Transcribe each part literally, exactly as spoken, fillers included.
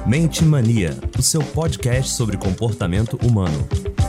Mente Mania, o seu podcast sobre comportamento humano.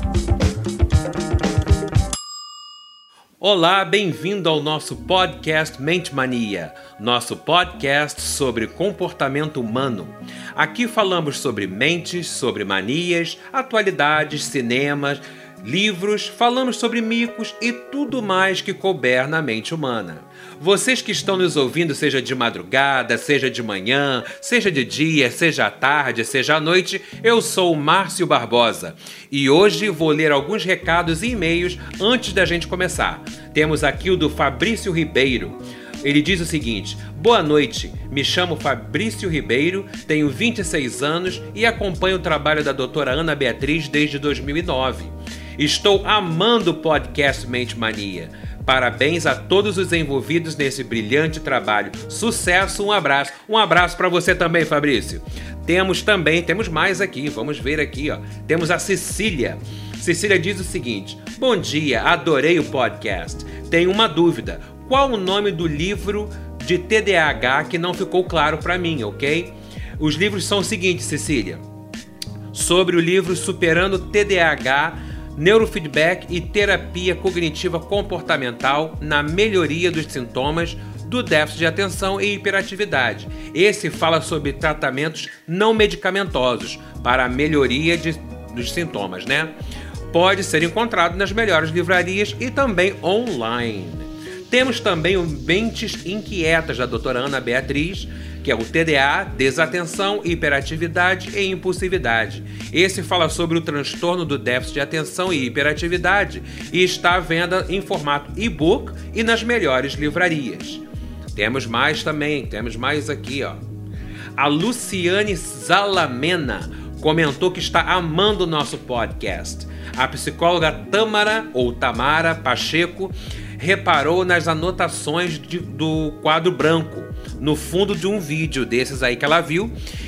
Olá, bem-vindo ao nosso podcast Mente Mania, nosso podcast sobre comportamento humano. Aqui falamos sobre mentes, sobre manias, atualidades, cinemas, livros, falamos sobre micos e tudo mais que couber na mente humana. Vocês que estão nos ouvindo, seja de madrugada, seja de manhã, seja de dia, seja à tarde, seja à noite, eu sou o Márcio Barbosa e hoje vou ler alguns recados e e-mails antes da gente começar. Temos aqui o do Fabrício Ribeiro. Ele diz o seguinte: boa noite, me chamo Fabrício Ribeiro, tenho vinte e seis anos e acompanho o trabalho da doutora Ana Beatriz desde dois mil e nove. Estou amando o podcast Mente Mania. Parabéns a todos os envolvidos nesse brilhante trabalho. Sucesso, um abraço. Um abraço para você também, Fabrício. Temos também, temos mais aqui, vamos ver aqui, ó. Temos a Cecília. Cecília diz o seguinte: bom dia, adorei o podcast. Tenho uma dúvida. Qual o nome do livro de T D A H que não ficou claro para mim, ok? Os livros são os seguintes, Cecília. Sobre o livro Superando T D A H, Neurofeedback e Terapia Cognitiva Comportamental na Melhoria dos Sintomas do Déficit de Atenção e Hiperatividade. Esse fala sobre tratamentos não medicamentosos para a melhoria de, dos sintomas, né? Pode ser encontrado nas melhores livrarias e também online. Temos também o Mentes Inquietas, da doutora Ana Beatriz, que é o T D A, desatenção, hiperatividade e impulsividade. Esse fala sobre o transtorno do déficit de atenção e hiperatividade e está à venda em formato e-book e nas melhores livrarias. Temos mais também, temos mais aqui, ó. A Luciane Zalamena comentou que está amando o nosso podcast. A psicóloga Tamara, ou Tamara Pacheco, reparou nas anotações de, do quadro branco no fundo de um vídeo desses aí que ela viu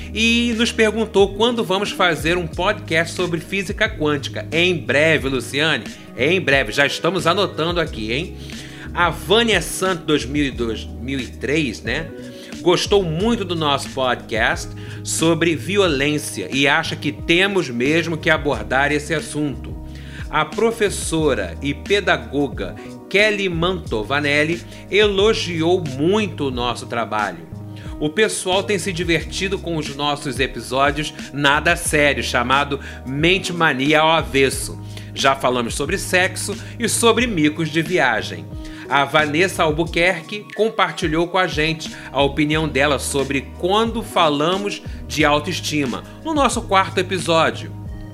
e nos perguntou quando vamos fazer um podcast sobre física quântica. Em breve, Luciane, em breve, já estamos anotando aqui, hein? A Vânia Santos, dois mil e três, né? Gostou muito do nosso podcast sobre violência e acha que temos mesmo que abordar esse assunto. A professora e pedagoga Kelly Mantovanelli elogiou muito o nosso trabalho. O pessoal tem se divertido com os nossos episódios nada sério, chamado Mente Mania ao Avesso. Já falamos sobre sexo e sobre micos de viagem. A Vanessa Albuquerque compartilhou com a gente a opinião dela sobre quando falamos de autoestima, no nosso quarto episódio.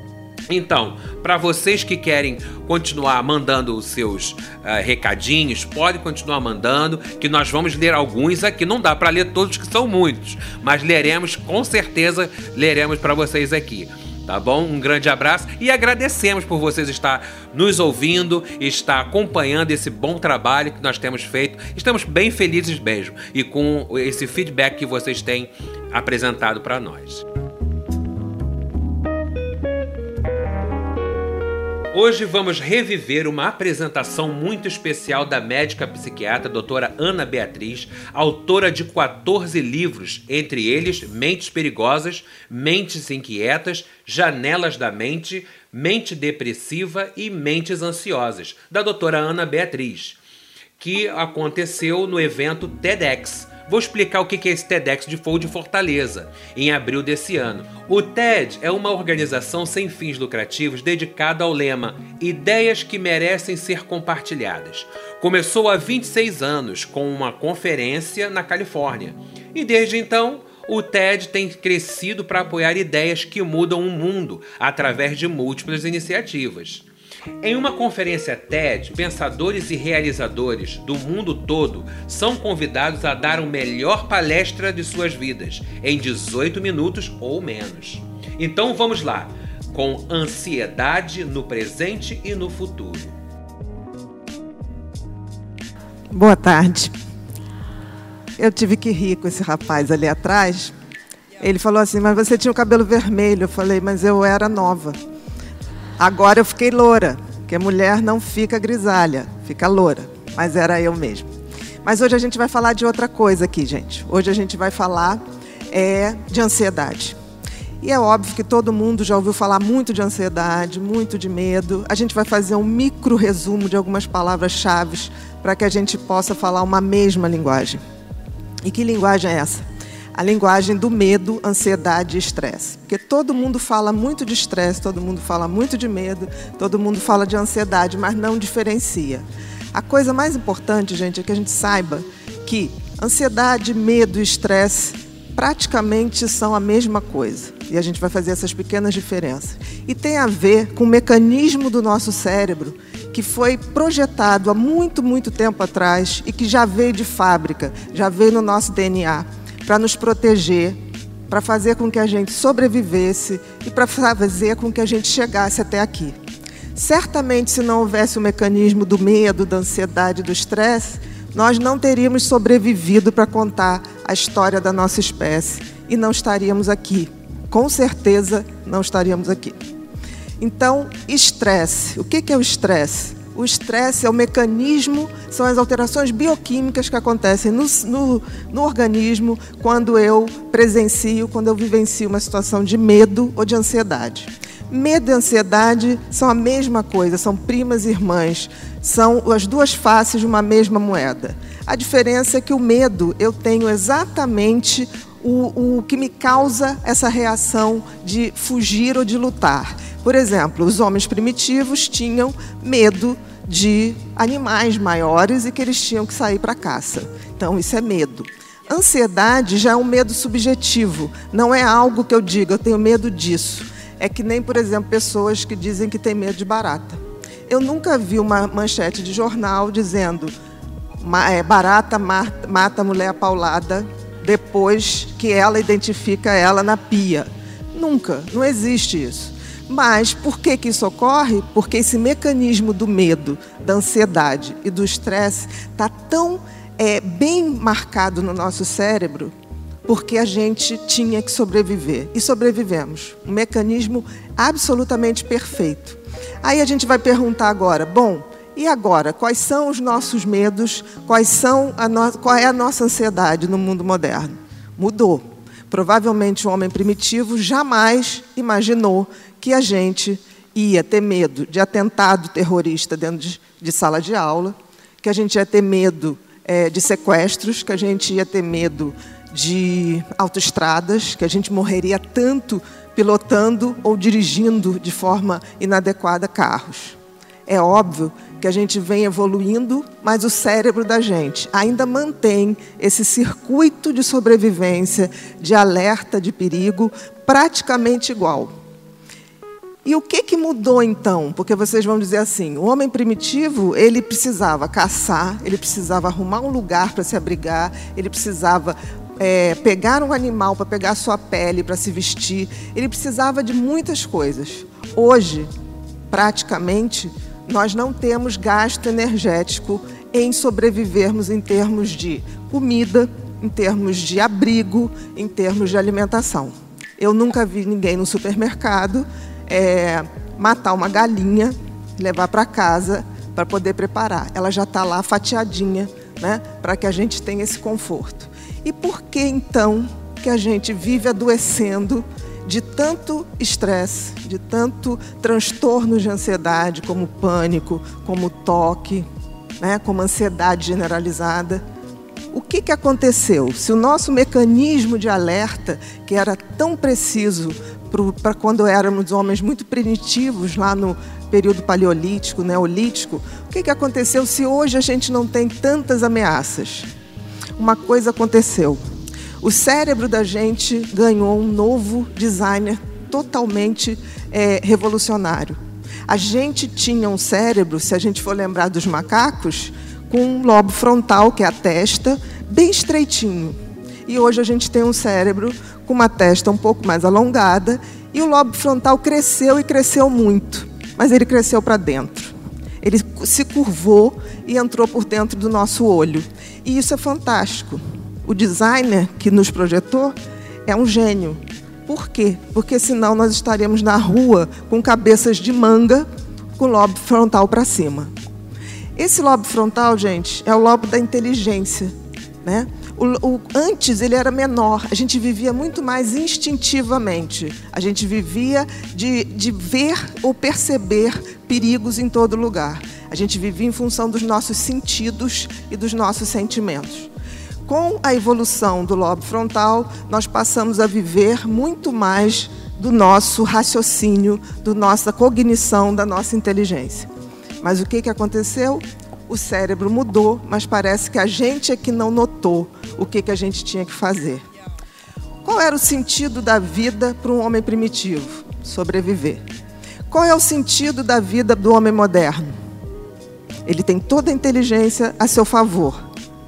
Então, para vocês que querem continuar mandando os seus uh, recadinhos, podem continuar mandando, que nós vamos ler alguns aqui. Não dá para ler todos, que são muitos, mas leremos, com certeza, leremos para vocês aqui. Tá bom? Um grande abraço e agradecemos por vocês estar nos ouvindo, estar acompanhando esse bom trabalho que nós temos feito. Estamos bem felizes mesmo e com esse feedback que vocês têm apresentado para nós. Hoje vamos reviver uma apresentação muito especial da médica psiquiatra doutora Ana Beatriz, autora de quatorze livros, entre eles Mentes Perigosas, Mentes Inquietas, Janelas da Mente, Mente Depressiva e Mentes Ansiosas, da doutora Ana Beatriz, que aconteceu no evento TEDx. Vou explicar o que é esse TEDx de Fogo de Fortaleza, em abril desse ano. O TED é uma organização sem fins lucrativos dedicada ao lema Ideias que merecem ser compartilhadas. Começou há vinte e seis anos com uma conferência na Califórnia. E desde então, o TED tem crescido para apoiar ideias que mudam o mundo através de múltiplas iniciativas. Em uma conferência TED, pensadores e realizadores do mundo todo são convidados a dar a melhor palestra de suas vidas, em dezoito minutos ou menos. Então vamos lá, com ansiedade no presente e no futuro. Boa tarde. Eu tive que rir com esse rapaz ali atrás. Ele falou assim, mas você tinha o cabelo vermelho. Eu falei, mas eu era nova. Agora eu fiquei loura, porque mulher não fica grisalha, fica loura. Mas era eu mesmo. Mas hoje a gente vai falar de outra coisa aqui, gente. Hoje a gente vai falar é, de ansiedade. E é óbvio que todo mundo já ouviu falar muito de ansiedade, muito de medo. A gente vai fazer um micro resumo de algumas palavras-chave para que a gente possa falar uma mesma linguagem. E que linguagem é essa? A linguagem do medo, ansiedade e estresse. Porque todo mundo fala muito de estresse, todo mundo fala muito de medo, todo mundo fala de ansiedade, mas não diferencia. A coisa mais importante, gente, é que a gente saiba que ansiedade, medo e estresse praticamente são a mesma coisa. E a gente vai fazer essas pequenas diferenças. E tem a ver com o mecanismo do nosso cérebro que foi projetado há muito, muito tempo atrás e que já veio de fábrica, já veio no nosso D N A, para nos proteger, para fazer com que a gente sobrevivesse e para fazer com que a gente chegasse até aqui. Certamente, se não houvesse o mecanismo do medo, da ansiedade, do estresse, nós não teríamos sobrevivido para contar a história da nossa espécie e não estaríamos aqui. Com certeza, não estaríamos aqui. Então, estresse. O que é o estresse? O estresse é o mecanismo, são as alterações bioquímicas que acontecem no, no, no organismo quando eu presencio, quando eu vivencio uma situação de medo ou de ansiedade. Medo e ansiedade são a mesma coisa, são primas e irmãs, são as duas faces de uma mesma moeda. A diferença é que o medo eu tenho exatamente o, o que me causa essa reação de fugir ou de lutar. Por exemplo, os homens primitivos tinham medo de animais maiores e que eles tinham que sair para caça. Então, isso é medo. Ansiedade já é um medo subjetivo, não é algo que eu diga, eu tenho medo disso. É que nem, por exemplo, pessoas que dizem que têm medo de barata. Eu nunca vi uma manchete de jornal dizendo barata mata a mulher apaulada depois que ela identifica ela na pia. Nunca, não existe isso. Mas por que que isso ocorre? Porque esse mecanismo do medo, da ansiedade e do estresse está tão é, bem marcado no nosso cérebro porque a gente tinha que sobreviver. E sobrevivemos. Um mecanismo absolutamente perfeito. Aí a gente vai perguntar agora, bom, e agora? Quais são os nossos medos? Quais são a no... Qual é a nossa ansiedade no mundo moderno? Mudou. Provavelmente o homem primitivo jamais imaginou que a gente ia ter medo de atentado terrorista dentro de, de sala de aula, que a gente ia ter medo é, de sequestros, que a gente ia ter medo de autoestradas, que a gente morreria tanto pilotando ou dirigindo de forma inadequada carros. É óbvio que a gente vem evoluindo, mas o cérebro da gente ainda mantém esse circuito de sobrevivência, de alerta de perigo, praticamente igual. E o que que mudou então? Porque vocês vão dizer assim, o homem primitivo, ele precisava caçar, ele precisava arrumar um lugar para se abrigar, ele precisava é, pegar um animal para pegar sua pele, para se vestir, ele precisava de muitas coisas. Hoje, praticamente, nós não temos gasto energético em sobrevivermos em termos de comida, em termos de abrigo, em termos de alimentação. Eu nunca vi ninguém no supermercado é, matar uma galinha, levar para casa para poder preparar. Ela já está lá fatiadinha, né, para que a gente tenha esse conforto. E por que, então, que a gente vive adoecendo de tanto estresse, de tanto transtorno de ansiedade, como pânico, como toque, né, como ansiedade generalizada? O que que aconteceu? Se o nosso mecanismo de alerta, que era tão preciso para quando éramos homens muito primitivos, lá no período paleolítico, neolítico, o que que aconteceu se hoje a gente não tem tantas ameaças? Uma coisa aconteceu. O cérebro da gente ganhou um novo designer totalmente é, revolucionário. A gente tinha um cérebro, se a gente for lembrar dos macacos, com um lobo frontal, que é a testa, bem estreitinho. E hoje a gente tem um cérebro com uma testa um pouco mais alongada e o lobo frontal cresceu e cresceu muito, mas ele cresceu para dentro. Ele se curvou e entrou por dentro do nosso olho. E isso é fantástico. O designer que nos projetou é um gênio. Por quê? Porque senão nós estaríamos na rua com cabeças de manga, com o lobo frontal para cima. Esse lobo frontal, gente, é o lobo da inteligência, né? O, o, antes ele era menor, a gente vivia muito mais instintivamente. A gente vivia de, de ver ou perceber perigos em todo lugar. A gente vivia em função dos nossos sentidos e dos nossos sentimentos. Com a evolução do lobo frontal, nós passamos a viver muito mais do nosso raciocínio, da nossa cognição, da nossa inteligência. Mas o que, que aconteceu? O cérebro mudou, mas parece que a gente é que não notou o que, que a gente tinha que fazer. Qual era o sentido da vida para um homem primitivo? Sobreviver. Qual é o sentido da vida do homem moderno? Ele tem toda a inteligência a seu favor.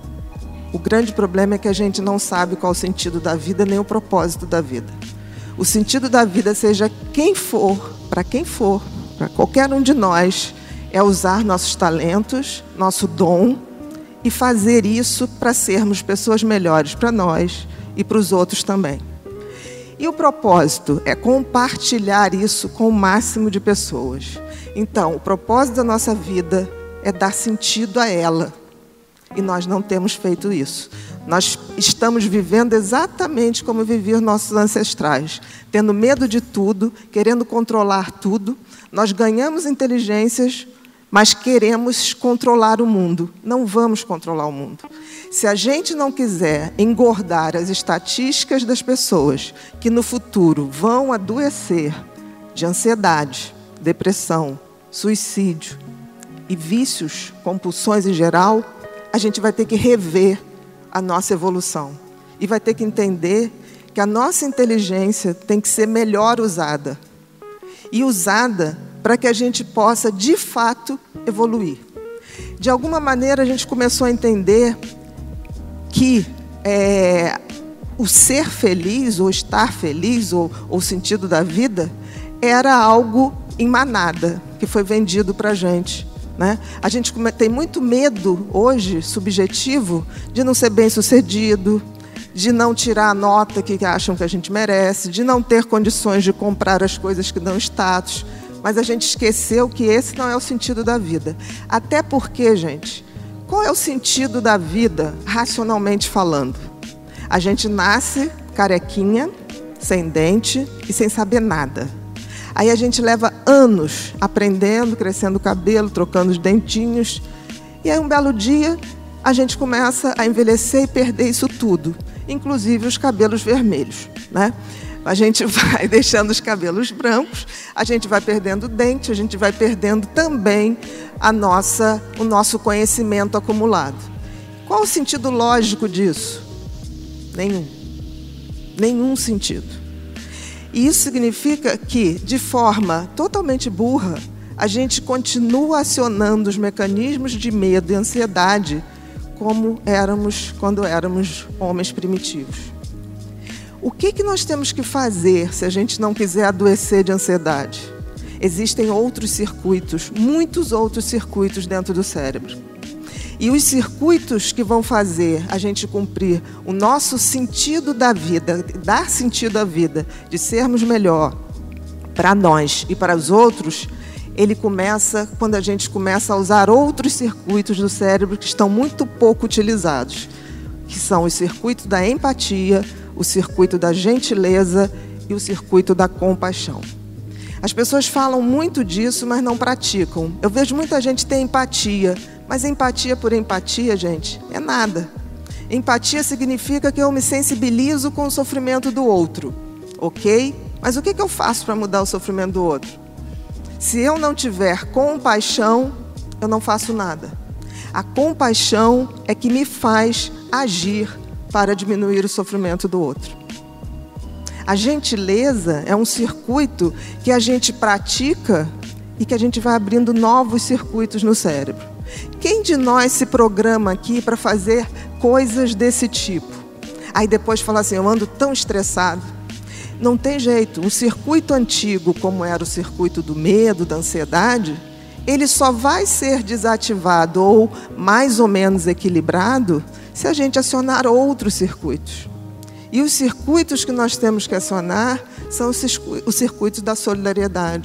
O grande problema é que a gente não sabe qual o sentido da vida, nem o propósito da vida. O sentido da vida, seja quem for, para quem for, para qualquer um de nós, é usar nossos talentos, nosso dom, e fazer isso para sermos pessoas melhores para nós e para os outros também. E o propósito é compartilhar isso com o máximo de pessoas. Então, o propósito da nossa vida é dar sentido a ela. E nós não temos feito isso. Nós estamos vivendo exatamente como viviam nossos ancestrais, tendo medo de tudo, querendo controlar tudo. Nós ganhamos inteligências, mas queremos controlar o mundo. Não vamos controlar o mundo. Se a gente não quiser engordar as estatísticas das pessoas que no futuro vão adoecer de ansiedade, depressão, suicídio e vícios, compulsões em geral, a gente vai ter que rever a nossa evolução. E vai ter que entender que a nossa inteligência tem que ser melhor usada. E usada para que a gente possa, de fato, evoluir. De alguma maneira, a gente começou a entender que é, o ser feliz, ou estar feliz, ou o sentido da vida, era algo em manada, que foi vendido para a gente. Né? A gente tem muito medo hoje, subjetivo, de não ser bem-sucedido, de não tirar a nota que acham que a gente merece, de não ter condições de comprar as coisas que dão status. Mas a gente esqueceu que esse não é o sentido da vida. Até porque, gente, qual é o sentido da vida, racionalmente falando? A gente nasce carequinha, sem dente e sem saber nada. Aí a gente leva anos aprendendo, crescendo o cabelo, trocando os dentinhos. E aí um belo dia a gente começa a envelhecer e perder isso tudo, inclusive os cabelos vermelhos, né? A gente vai deixando os cabelos brancos, a gente vai perdendo dente, a gente vai perdendo também a nossa, o nosso conhecimento acumulado. Qual o sentido lógico disso? Nenhum. Nenhum sentido. E isso significa que, de forma totalmente burra, a gente continua acionando os mecanismos de medo e ansiedade como éramos quando éramos homens primitivos. O que, que nós temos que fazer se a gente não quiser adoecer de ansiedade? Existem outros circuitos, muitos outros circuitos dentro do cérebro. E os circuitos que vão fazer a gente cumprir o nosso sentido da vida, dar sentido à vida, de sermos melhor para nós e para os outros, ele começa quando a gente começa a usar outros circuitos do cérebro que estão muito pouco utilizados, que são os circuitos da empatia, o circuito da gentileza e o circuito da compaixão. As pessoas falam muito disso, mas não praticam. Eu vejo muita gente ter empatia, mas empatia por empatia, gente, é nada. Empatia significa que eu me sensibilizo com o sofrimento do outro, ok? Mas o que eu faço para mudar o sofrimento do outro? Se eu não tiver compaixão, eu não faço nada. A compaixão é que me faz agir para diminuir o sofrimento do outro. A gentileza é um circuito que a gente pratica e que a gente vai abrindo novos circuitos no cérebro. Quem de nós se programa aqui para fazer coisas desse tipo? Aí depois fala assim, eu ando tão estressado. Não tem jeito, um circuito antigo, como era o circuito do medo, da ansiedade, ele só vai ser desativado ou mais ou menos equilibrado se a gente acionar outros circuitos. E os circuitos que nós temos que acionar são os circuitos da solidariedade,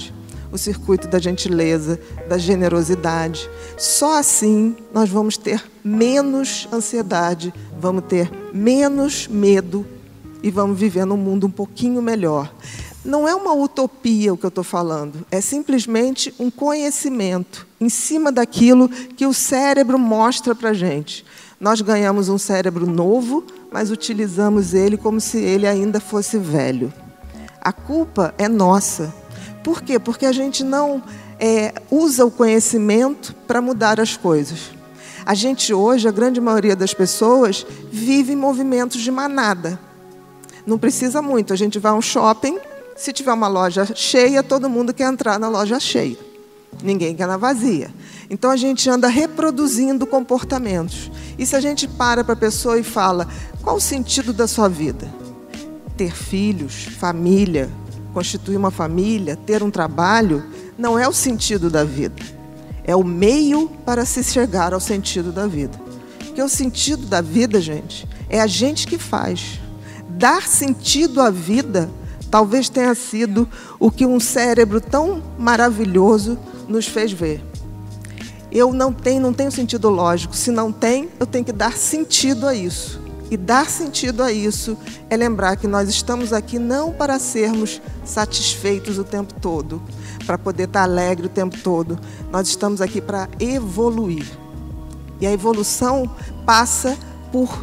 o circuito da gentileza, da generosidade. Só assim nós vamos ter menos ansiedade, vamos ter menos medo e vamos viver num mundo um pouquinho melhor. Não é uma utopia o que eu estou falando, é simplesmente um conhecimento em cima daquilo que o cérebro mostra para a gente. Nós ganhamos um cérebro novo, mas utilizamos ele como se ele ainda fosse velho. A culpa é nossa. Por quê? Porque a gente não é, usa o conhecimento para mudar as coisas. A gente hoje, a grande maioria das pessoas, vive em movimentos de manada. Não precisa muito, a gente vai a um shopping, se tiver uma loja cheia, todo mundo quer entrar na loja cheia. Ninguém quer na vazia. Então a gente anda reproduzindo comportamentos. E se a gente para para a pessoa e fala, qual o sentido da sua vida? Ter filhos, família, constituir uma família, ter um trabalho, não é o sentido da vida. É o meio para se chegar ao sentido da vida. Porque o sentido da vida, gente, é a gente que faz. Dar sentido à vida talvez tenha sido o que um cérebro tão maravilhoso nos fez ver. Eu não tenho, não tenho sentido lógico. Se não tem, eu tenho que dar sentido a isso. E dar sentido a isso é lembrar que nós estamos aqui não para sermos satisfeitos o tempo todo, para poder estar alegre o tempo todo. Nós estamos aqui para evoluir. E a evolução passa por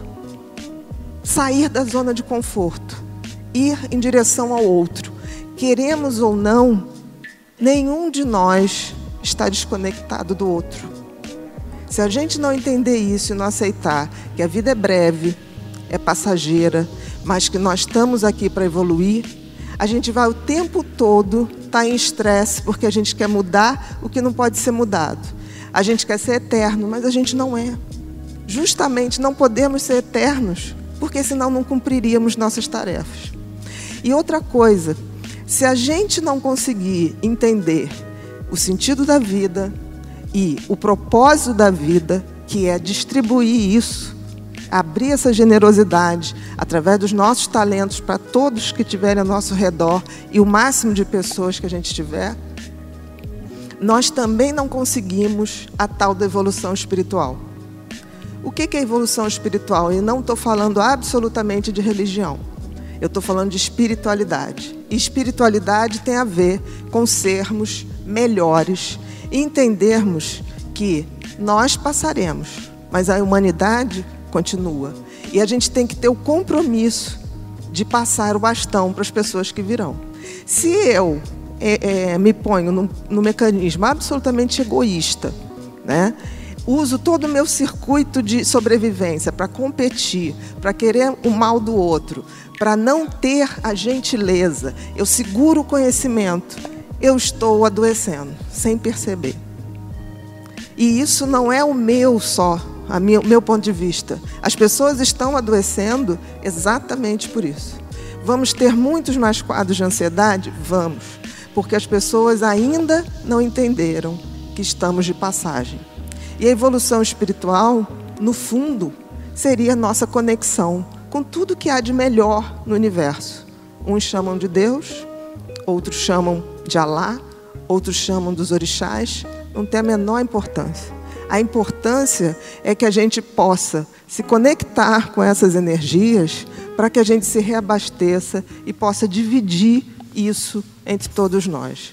sair da zona de conforto, ir em direção ao outro. Queremos ou não, nenhum de nós está desconectado do outro. Se a gente não entender isso e não aceitar que a vida é breve, é passageira, mas que nós estamos aqui para evoluir, a gente vai o tempo todo estar em estresse, porque a gente quer mudar o que não pode ser mudado. A gente quer ser eterno, mas a gente não é. Justamente não podemos ser eternos, porque senão não cumpriríamos nossas tarefas. E outra coisa, se a gente não conseguir entender o sentido da vida e o propósito da vida, que é distribuir isso, abrir essa generosidade através dos nossos talentos para todos que estiverem ao nosso redor e o máximo de pessoas que a gente tiver, nós também não conseguimos a tal da evolução espiritual. O que é evolução espiritual? E não estou falando absolutamente de religião. Eu estou falando de espiritualidade. E espiritualidade tem a ver com sermos melhores e entendermos que nós passaremos, mas a humanidade continua. E a gente tem que ter o compromisso de passar o bastão para as pessoas que virão. Se eu é, é, me ponho no, no mecanismo absolutamente egoísta, né? Uso todo o meu circuito de sobrevivência para competir, para querer o mal do outro, para não ter a gentileza, eu seguro o conhecimento, eu estou adoecendo, sem perceber. E isso não é o meu só, o meu, meu ponto de vista. As pessoas estão adoecendo exatamente por isso. Vamos ter muitos mais quadros de ansiedade? Vamos, porque as pessoas ainda não entenderam que estamos de passagem. E a evolução espiritual, no fundo, seria a nossa conexão com tudo que há de melhor no universo. Uns chamam de Deus, outros chamam de Alá, outros chamam dos orixás, não tem a menor importância. A importância é que a gente possa se conectar com essas energias para que a gente se reabasteça e possa dividir isso entre todos nós.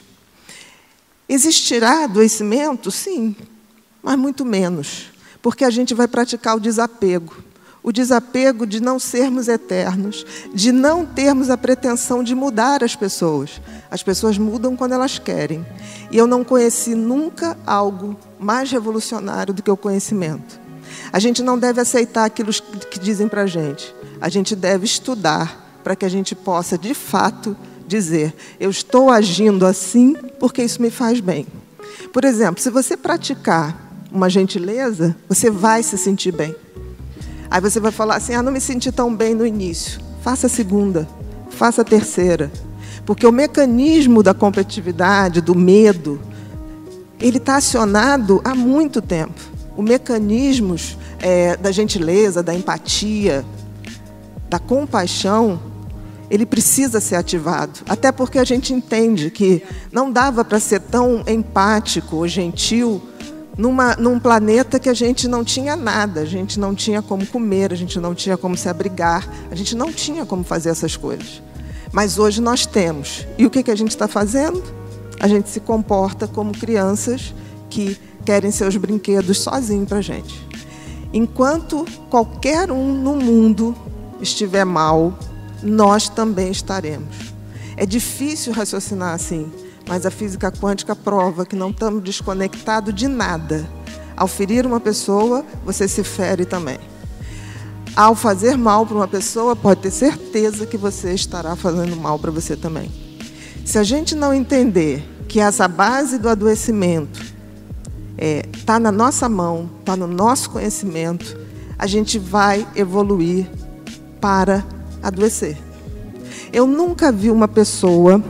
Existirá adoecimento? Sim, mas muito menos, porque a gente vai praticar o desapego. O desapego de não sermos eternos, de não termos a pretensão de mudar as pessoas. As pessoas mudam quando elas querem. E eu não conheci nunca algo mais revolucionário do que o conhecimento. A gente não deve aceitar aquilo que dizem para a gente. A gente deve estudar para que a gente possa, de fato, dizer: eu estou agindo assim porque isso me faz bem. Por exemplo, se você praticar uma gentileza, você vai se sentir bem. Aí você vai falar assim: ah, não me senti tão bem no início. Faça a segunda, faça a terceira. Porque o mecanismo da competitividade, do medo, ele está acionado há muito tempo. Os mecanismos é, da gentileza, da empatia, da compaixão, ele precisa ser ativado. Até porque a gente entende que não dava para ser tão empático ou gentil numa, num planeta que a gente não tinha nada, a gente não tinha como comer, a gente não tinha como se abrigar, a gente não tinha como fazer essas coisas. Mas hoje nós temos. E o que, que a gente está fazendo? A gente se comporta como crianças que querem seus brinquedos sozinhos para a gente. Enquanto qualquer um no mundo estiver mal, nós também estaremos. É difícil raciocinar assim, mas a física quântica prova que não estamos desconectados de nada. Ao ferir uma pessoa, você se fere também. Ao fazer mal para uma pessoa, pode ter certeza que você estará fazendo mal para você também. Se a gente não entender que essa base do adoecimento está é, na nossa mão, está no nosso conhecimento, a gente vai evoluir para adoecer. Eu nunca vi uma pessoa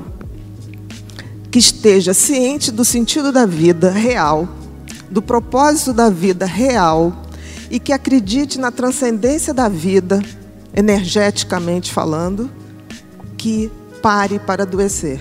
que esteja ciente do sentido da vida real, do propósito da vida real, e que acredite na transcendência da vida, energeticamente falando, que pare para adoecer.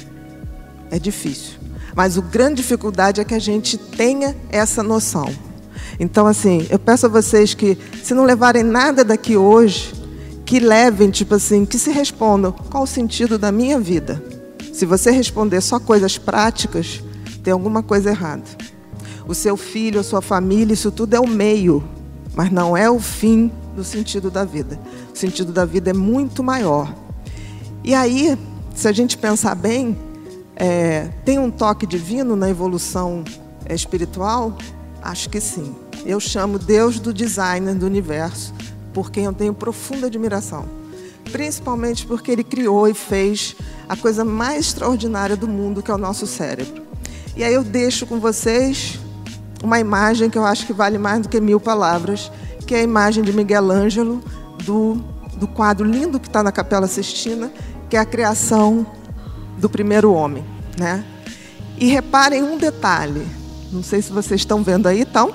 É difícil. Mas a grande dificuldade é que a gente tenha essa noção. Então, assim, eu peço a vocês que, se não levarem nada daqui hoje, que levem, tipo assim, que se respondam, qual o sentido da minha vida? Se você responder só coisas práticas, tem alguma coisa errada. O seu filho, a sua família, isso tudo é o meio, mas não é o fim do sentido da vida. O sentido da vida é muito maior. E aí, se a gente pensar bem, é, tem um toque divino na evolução é, espiritual? Acho que sim. Eu chamo Deus do designer do universo, por quem eu tenho profunda admiração. Principalmente porque ele criou e fez a coisa mais extraordinária do mundo, que é o nosso cérebro. E aí eu deixo com vocês uma imagem que eu acho que vale mais do que mil palavras, que é a imagem de Miguel Ângelo, do, do quadro lindo que está na Capela Sistina, que é a criação do primeiro homem, né? E reparem um detalhe, não sei se vocês estão vendo aí, estão?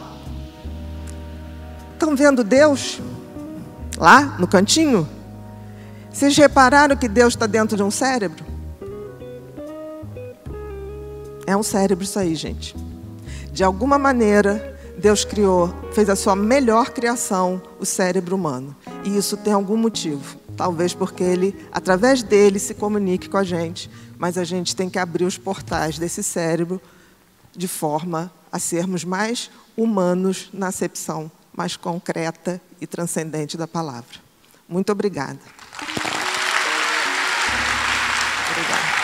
Estão vendo Deus? Lá, no cantinho? Vocês repararam que Deus está dentro de um cérebro? É um cérebro isso aí, gente. De alguma maneira, Deus criou, fez a sua melhor criação, o cérebro humano. E isso tem algum motivo. Talvez porque Ele, através dele, se comunique com a gente. Mas a gente tem que abrir os portais desse cérebro de forma a sermos mais humanos na acepção mais concreta e transcendente da palavra. Muito obrigada. Obrigada.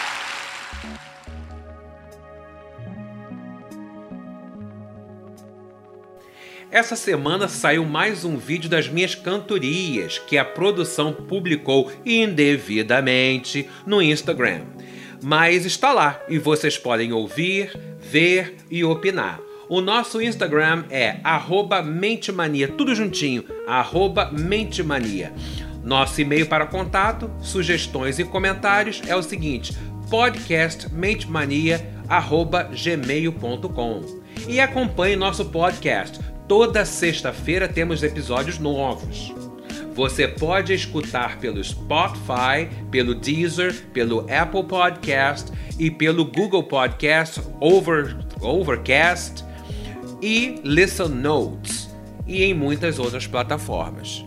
Essa semana saiu mais um vídeo das minhas cantorias que a produção publicou indevidamente no Instagram. Mas está lá e vocês podem ouvir, ver e opinar. O nosso Instagram é arroba mentemania, tudo juntinho, arroba mentemania. Nosso e-mail para contato, sugestões e comentários é o seguinte, podcastmentemania arroba gmail ponto com. E acompanhe nosso podcast. Toda sexta-feira temos episódios novos. Você pode escutar pelo Spotify, pelo Deezer, pelo Apple Podcast e pelo Google Podcast, Over, Overcast e Listen Notes e em muitas outras plataformas.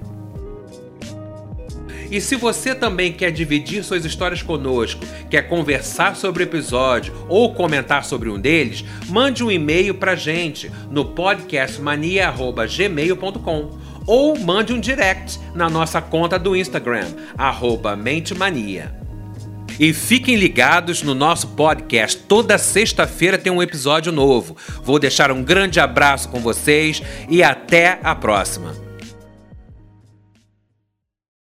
E se você também quer dividir suas histórias conosco, quer conversar sobre o episódio ou comentar sobre um deles, mande um e-mail pra gente no podcastmania arroba gmail ponto com ou mande um direct na nossa conta do Instagram, arroba mentemania. E fiquem ligados no nosso podcast. Toda sexta-feira tem um episódio novo. Vou deixar um grande abraço com vocês e até a próxima.